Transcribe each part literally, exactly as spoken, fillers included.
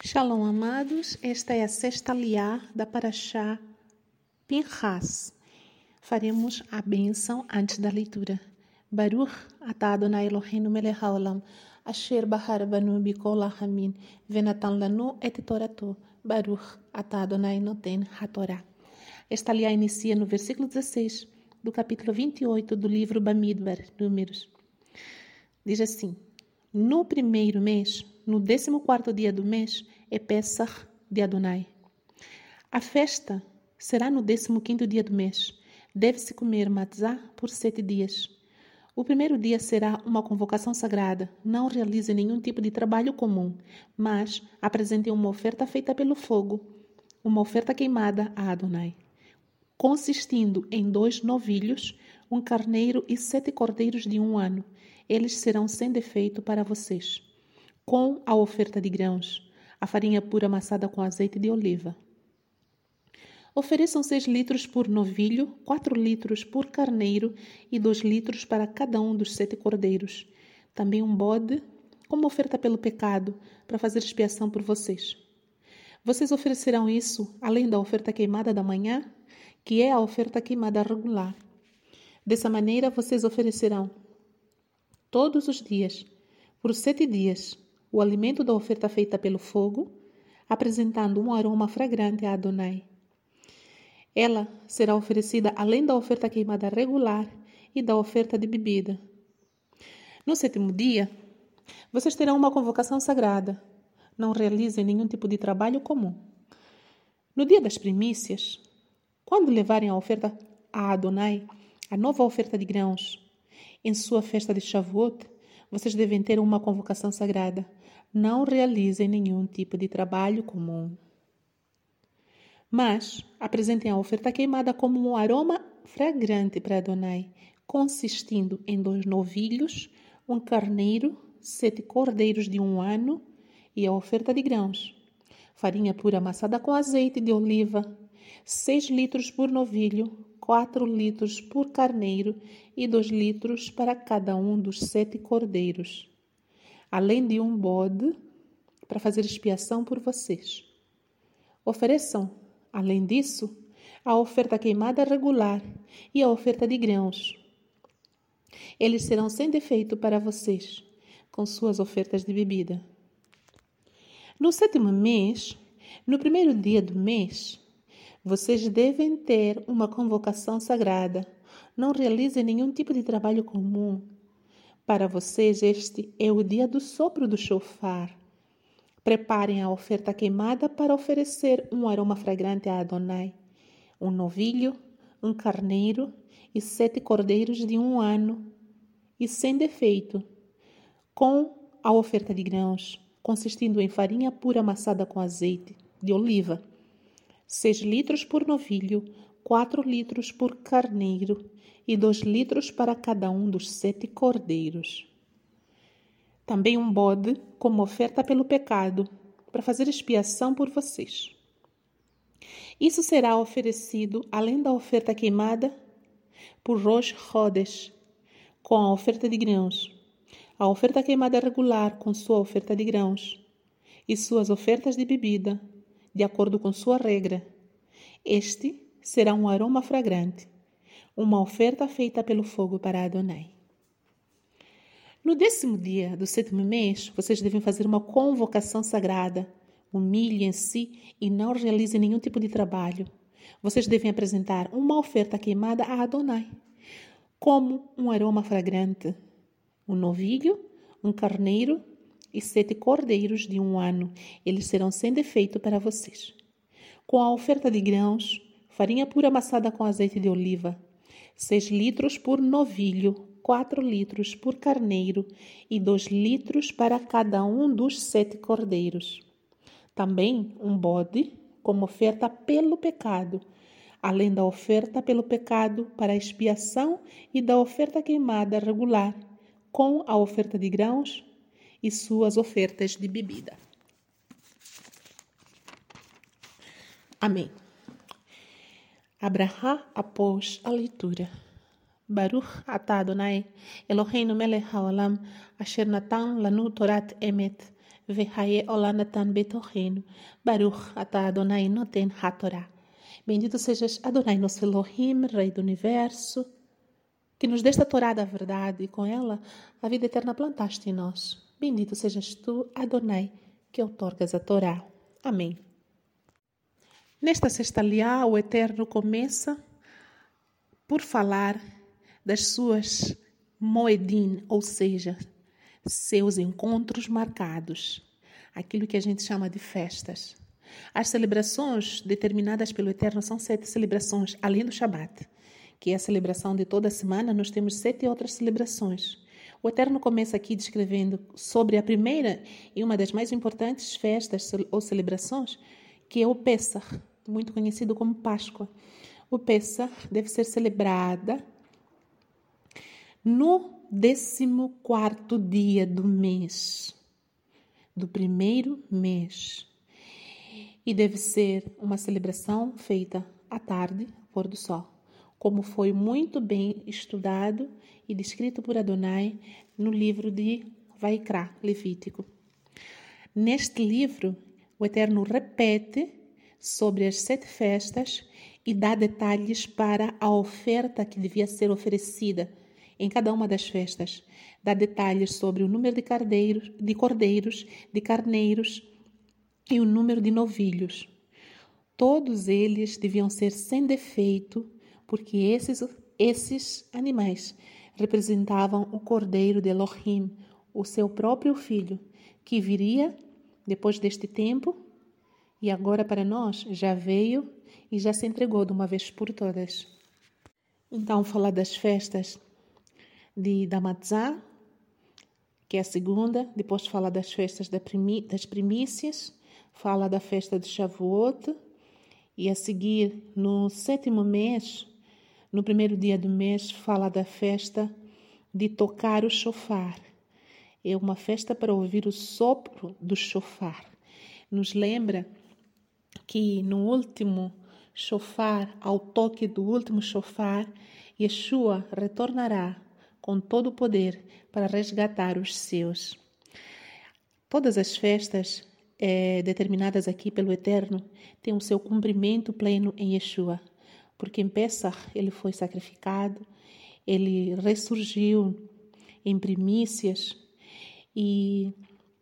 Shalom, amados. Esta é a sexta liá da Parashá Pinchas. Faremos a bênção antes da leitura. Baruch atah Adonai Eloheinu melech haolam, asher bahar banu bikol hamin, venatan lanu et torato. Baruch atah Adonai noten hatorá. Esta liá inicia no versículo dezesseis do capítulo vinte e oito do livro Bamidbar, Números. Diz assim: no primeiro mês, no décimo quarto dia do mês, é Pessach de Adonai. A festa será no décimo quinto dia do mês. Deve-se comer matzá por sete dias. O primeiro dia será uma convocação sagrada. Não realize nenhum tipo de trabalho comum, mas apresente uma oferta feita pelo fogo, uma oferta queimada a Adonai, consistindo em dois novilhos, um carneiro e sete cordeiros de um ano. Eles serão sem defeito para vocês, com a oferta de grãos, a farinha pura amassada com azeite de oliva. Ofereçam seis litros por novilho, quatro litros por carneiro e dois litros para cada um dos sete cordeiros. Também um bode, como oferta pelo pecado, para fazer expiação por vocês. Vocês oferecerão isso além da oferta queimada da manhã, que é a oferta queimada regular. Dessa maneira, vocês oferecerão todos os dias, por sete dias, o alimento da oferta feita pelo fogo, apresentando um aroma fragrante a Adonai. Ela será oferecida além da oferta queimada regular e da oferta de bebida. No sétimo dia, vocês terão uma convocação sagrada. Não realizem nenhum tipo de trabalho comum. No dia das primícias, quando levarem a oferta a Adonai, a nova oferta de grãos, em sua festa de Shavuot, vocês devem ter uma convocação sagrada. Não realizem nenhum tipo de trabalho comum. Mas apresentem a oferta queimada como um aroma fragrante para Adonai, consistindo em dois novilhos, um carneiro, sete cordeiros de um ano e a oferta de grãos, farinha pura amassada com azeite de oliva, seis litros por novilho, quatro litros por carneiro e dois litros para cada um dos sete cordeiros, além de um bode para fazer expiação por vocês. Ofereçam, além disso, a oferta queimada regular e a oferta de grãos. Eles serão sem defeito para vocês, com suas ofertas de bebida. No sétimo mês, no primeiro dia do mês, vocês devem ter uma convocação sagrada. Não realizem nenhum tipo de trabalho comum. Para vocês, este é o dia do sopro do shofar. Preparem a oferta queimada para oferecer um aroma fragrante a Adonai. Um novilho, um carneiro e sete cordeiros de um ano e sem defeito, com a oferta de grãos, consistindo em farinha pura amassada com azeite de oliva, seis litros por novilho, quatro litros por carneiro e dois litros para cada um dos sete cordeiros. Também um bode como oferta pelo pecado, para fazer expiação por vocês. Isso será oferecido além da oferta queimada por Rosh Chodesh, com a oferta de grãos, a oferta queimada regular com sua oferta de grãos e suas ofertas de bebida, de acordo com sua regra. Este será um aroma fragrante, uma oferta feita pelo fogo para Adonai. No décimo dia do sétimo mês, vocês devem fazer uma convocação sagrada. Humilhem-se e não realizem nenhum tipo de trabalho. Vocês devem apresentar uma oferta queimada a Adonai, como um aroma fragrante, um novilho, um carneiro e sete cordeiros de um ano. Eles serão sem defeito para vocês. Com a oferta de grãos, farinha pura amassada com azeite de oliva, seis litros por novilho, quatro litros por carneiro e dois litros para cada um dos sete cordeiros. Também um bode como oferta pelo pecado, além da oferta pelo pecado para expiação e da oferta queimada regular, com a oferta de grãos e suas ofertas de bebida. Amém. Abrahá após a leitura. Baruch atah Adonai Eloheinu melech haolam, asher natan lanu torat emet, Vehaye olanatan betorreno, Baruch atah Adonai noten hatorá. Bendito sejas Adonai nosso Elohim, Rei do Universo, que nos desta Torá da verdade e com ela a vida eterna plantaste em nós. Bendito sejas tu, Adonai, que outorgas a Torá. Amém. Nesta sexta liá, o Eterno começa por falar das suas moedim, ou seja, seus encontros marcados, aquilo que a gente chama de festas. As celebrações determinadas pelo Eterno são sete celebrações, além do Shabat, que é a celebração de toda a semana. Nós temos sete outras celebrações. O Eterno começa aqui descrevendo sobre a primeira e uma das mais importantes festas ou celebrações, que é o Pessah, muito conhecido como Páscoa. O Pessah deve ser celebrada no décimo quarto dia do mês, do primeiro mês. E deve ser uma celebração feita à tarde, pôr do sol, como foi muito bem estudado e descrito por Adonai no livro de Vaikra, Levítico. Neste livro, o Eterno repete sobre as sete festas e dá detalhes para a oferta que devia ser oferecida em cada uma das festas. Dá detalhes sobre o número de cordeiros, de cordeiros, de carneiros e o número de novilhos. Todos eles deviam ser sem defeito, porque esses, esses animais representavam o Cordeiro de Elohim, o seu próprio filho, que viria depois deste tempo e agora para nós já veio e já se entregou de uma vez por todas. Então, falar das festas de da Matzah, que é a segunda, depois fala das festas da primi, das primícias, fala da festa de Shavuot, e a seguir, no sétimo mês, no primeiro dia do mês, fala da festa de tocar o shofar. É uma festa para ouvir o sopro do shofar. Nos lembra que no último shofar, ao toque do último shofar, Yeshua retornará com todo o poder para resgatar os seus. Todas as festas é, determinadas aqui pelo Eterno têm o seu cumprimento pleno em Yeshua, porque em Pessah ele foi sacrificado, ele ressurgiu em primícias e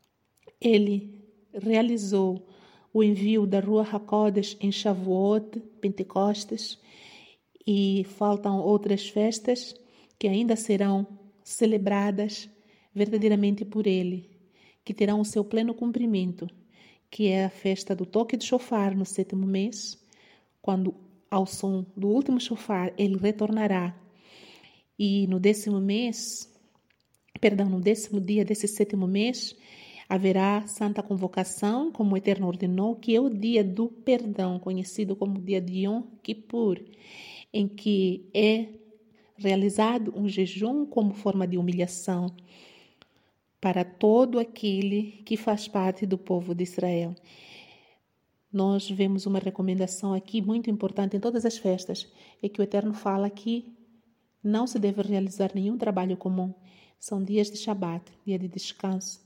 ele realizou o envio da Ruach HaKodesh em Shavuot, Pentecostes, e faltam outras festas que ainda serão celebradas verdadeiramente por ele, que terão o seu pleno cumprimento, que é a festa do toque de shofar no sétimo mês, quando ao som do último shofar ele retornará. E no décimo mês, perdão, no décimo dia desse sétimo mês, haverá santa convocação, como o Eterno ordenou, que é o dia do perdão, conhecido como dia de Yom Kippur, em que é realizado um jejum como forma de humilhação para todo aquele que faz parte do povo de Israel. Nós vemos uma recomendação aqui muito importante em todas as festas, é que o Eterno fala que não se deve realizar nenhum trabalho comum. São dias de Shabat, dia de descanso.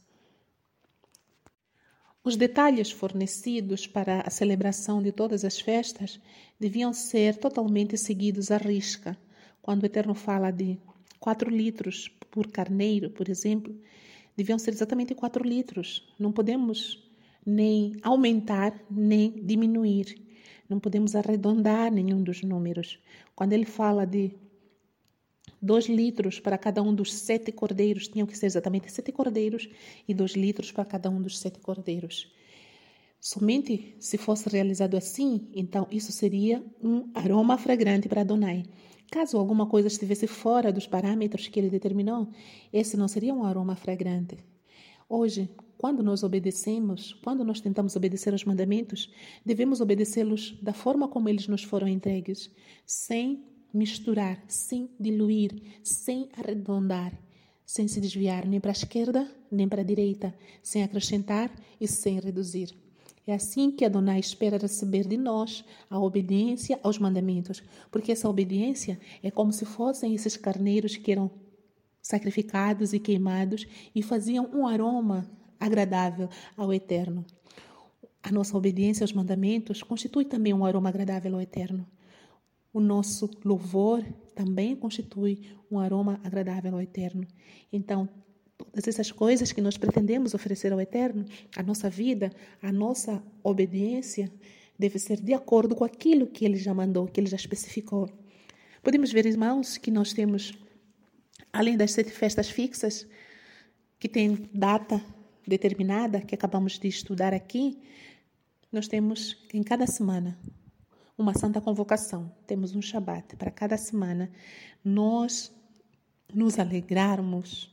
Os detalhes fornecidos para a celebração de todas as festas deviam ser totalmente seguidos à risca. Quando o Eterno fala de quatro litros por carneiro, por exemplo, deviam ser exatamente quatro litros. Não podemos nem aumentar, nem diminuir. Não podemos arredondar nenhum dos números. Quando ele fala de dois litros para cada um dos sete cordeiros, tinham que ser exatamente sete cordeiros e dois litros para cada um dos sete cordeiros. Somente se fosse realizado assim, então isso seria um aroma fragrante para Adonai. Caso alguma coisa estivesse fora dos parâmetros que ele determinou, esse não seria um aroma fragrante. Hoje, quando nós obedecemos, quando nós tentamos obedecer aos mandamentos, devemos obedecê-los da forma como eles nos foram entregues, sem misturar, sem diluir, sem arredondar, sem se desviar nem para a esquerda, nem para a direita, sem acrescentar e sem reduzir. É assim que Adonai espera receber de nós a obediência aos mandamentos, porque essa obediência é como se fossem esses carneiros que eram sacrificados e queimados e faziam um aroma agradável ao Eterno. A nossa obediência aos mandamentos constitui também um aroma agradável ao Eterno. O nosso louvor também constitui um aroma agradável ao Eterno. Então, todas essas coisas que nós pretendemos oferecer ao Eterno, a nossa vida, a nossa obediência, deve ser de acordo com aquilo que Ele já mandou, que Ele já especificou. Podemos ver, irmãos, que nós temos, além das sete festas fixas, que tem data determinada, que acabamos de estudar aqui, nós temos em cada semana uma santa convocação. Temos um Shabat para cada semana. Nós nos alegrarmos,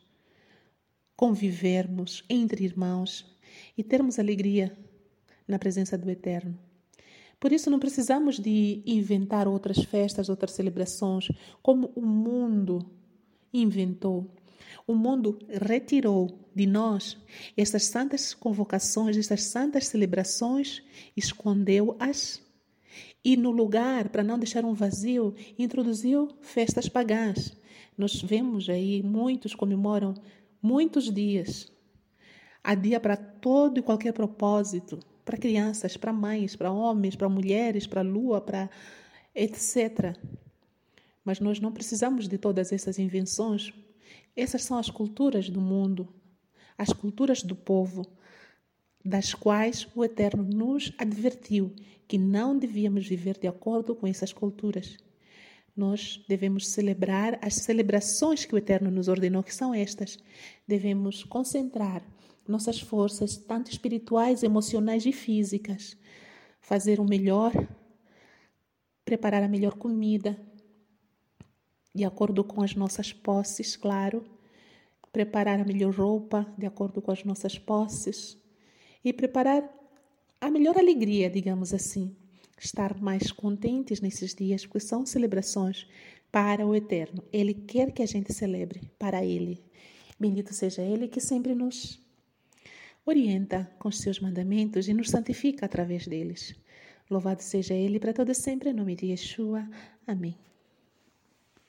convivermos entre irmãos e termos alegria na presença do Eterno. Por isso não precisamos de inventar outras festas, outras celebrações, como o mundo inventou. O mundo retirou de nós estas santas convocações, estas santas celebrações, escondeu-as e no lugar, para não deixar um vazio, introduziu festas pagãs. Nós vemos aí, muitos comemoram muitos dias. Há dia para todo e qualquer propósito, para crianças, para mães, para homens, para mulheres, para a lua, para etcétera. Mas nós não precisamos de todas essas invenções. Essas são as culturas do mundo, as culturas do povo, das quais o Eterno nos advertiu que não devíamos viver de acordo com essas culturas. Nós devemos celebrar as celebrações que o Eterno nos ordenou, que são estas. Devemos concentrar nossas forças, tanto espirituais, emocionais e físicas. Fazer o melhor, preparar a melhor comida, de acordo com as nossas posses, claro. Preparar a melhor roupa, de acordo com as nossas posses. E preparar a melhor alegria, digamos assim. Estar mais contentes nesses dias, porque são celebrações para o Eterno. Ele quer que a gente celebre para Ele. Bendito seja Ele que sempre nos orienta com os seus mandamentos e nos santifica através deles. Louvado seja Ele para todo sempre, em nome de Yeshua. Amém.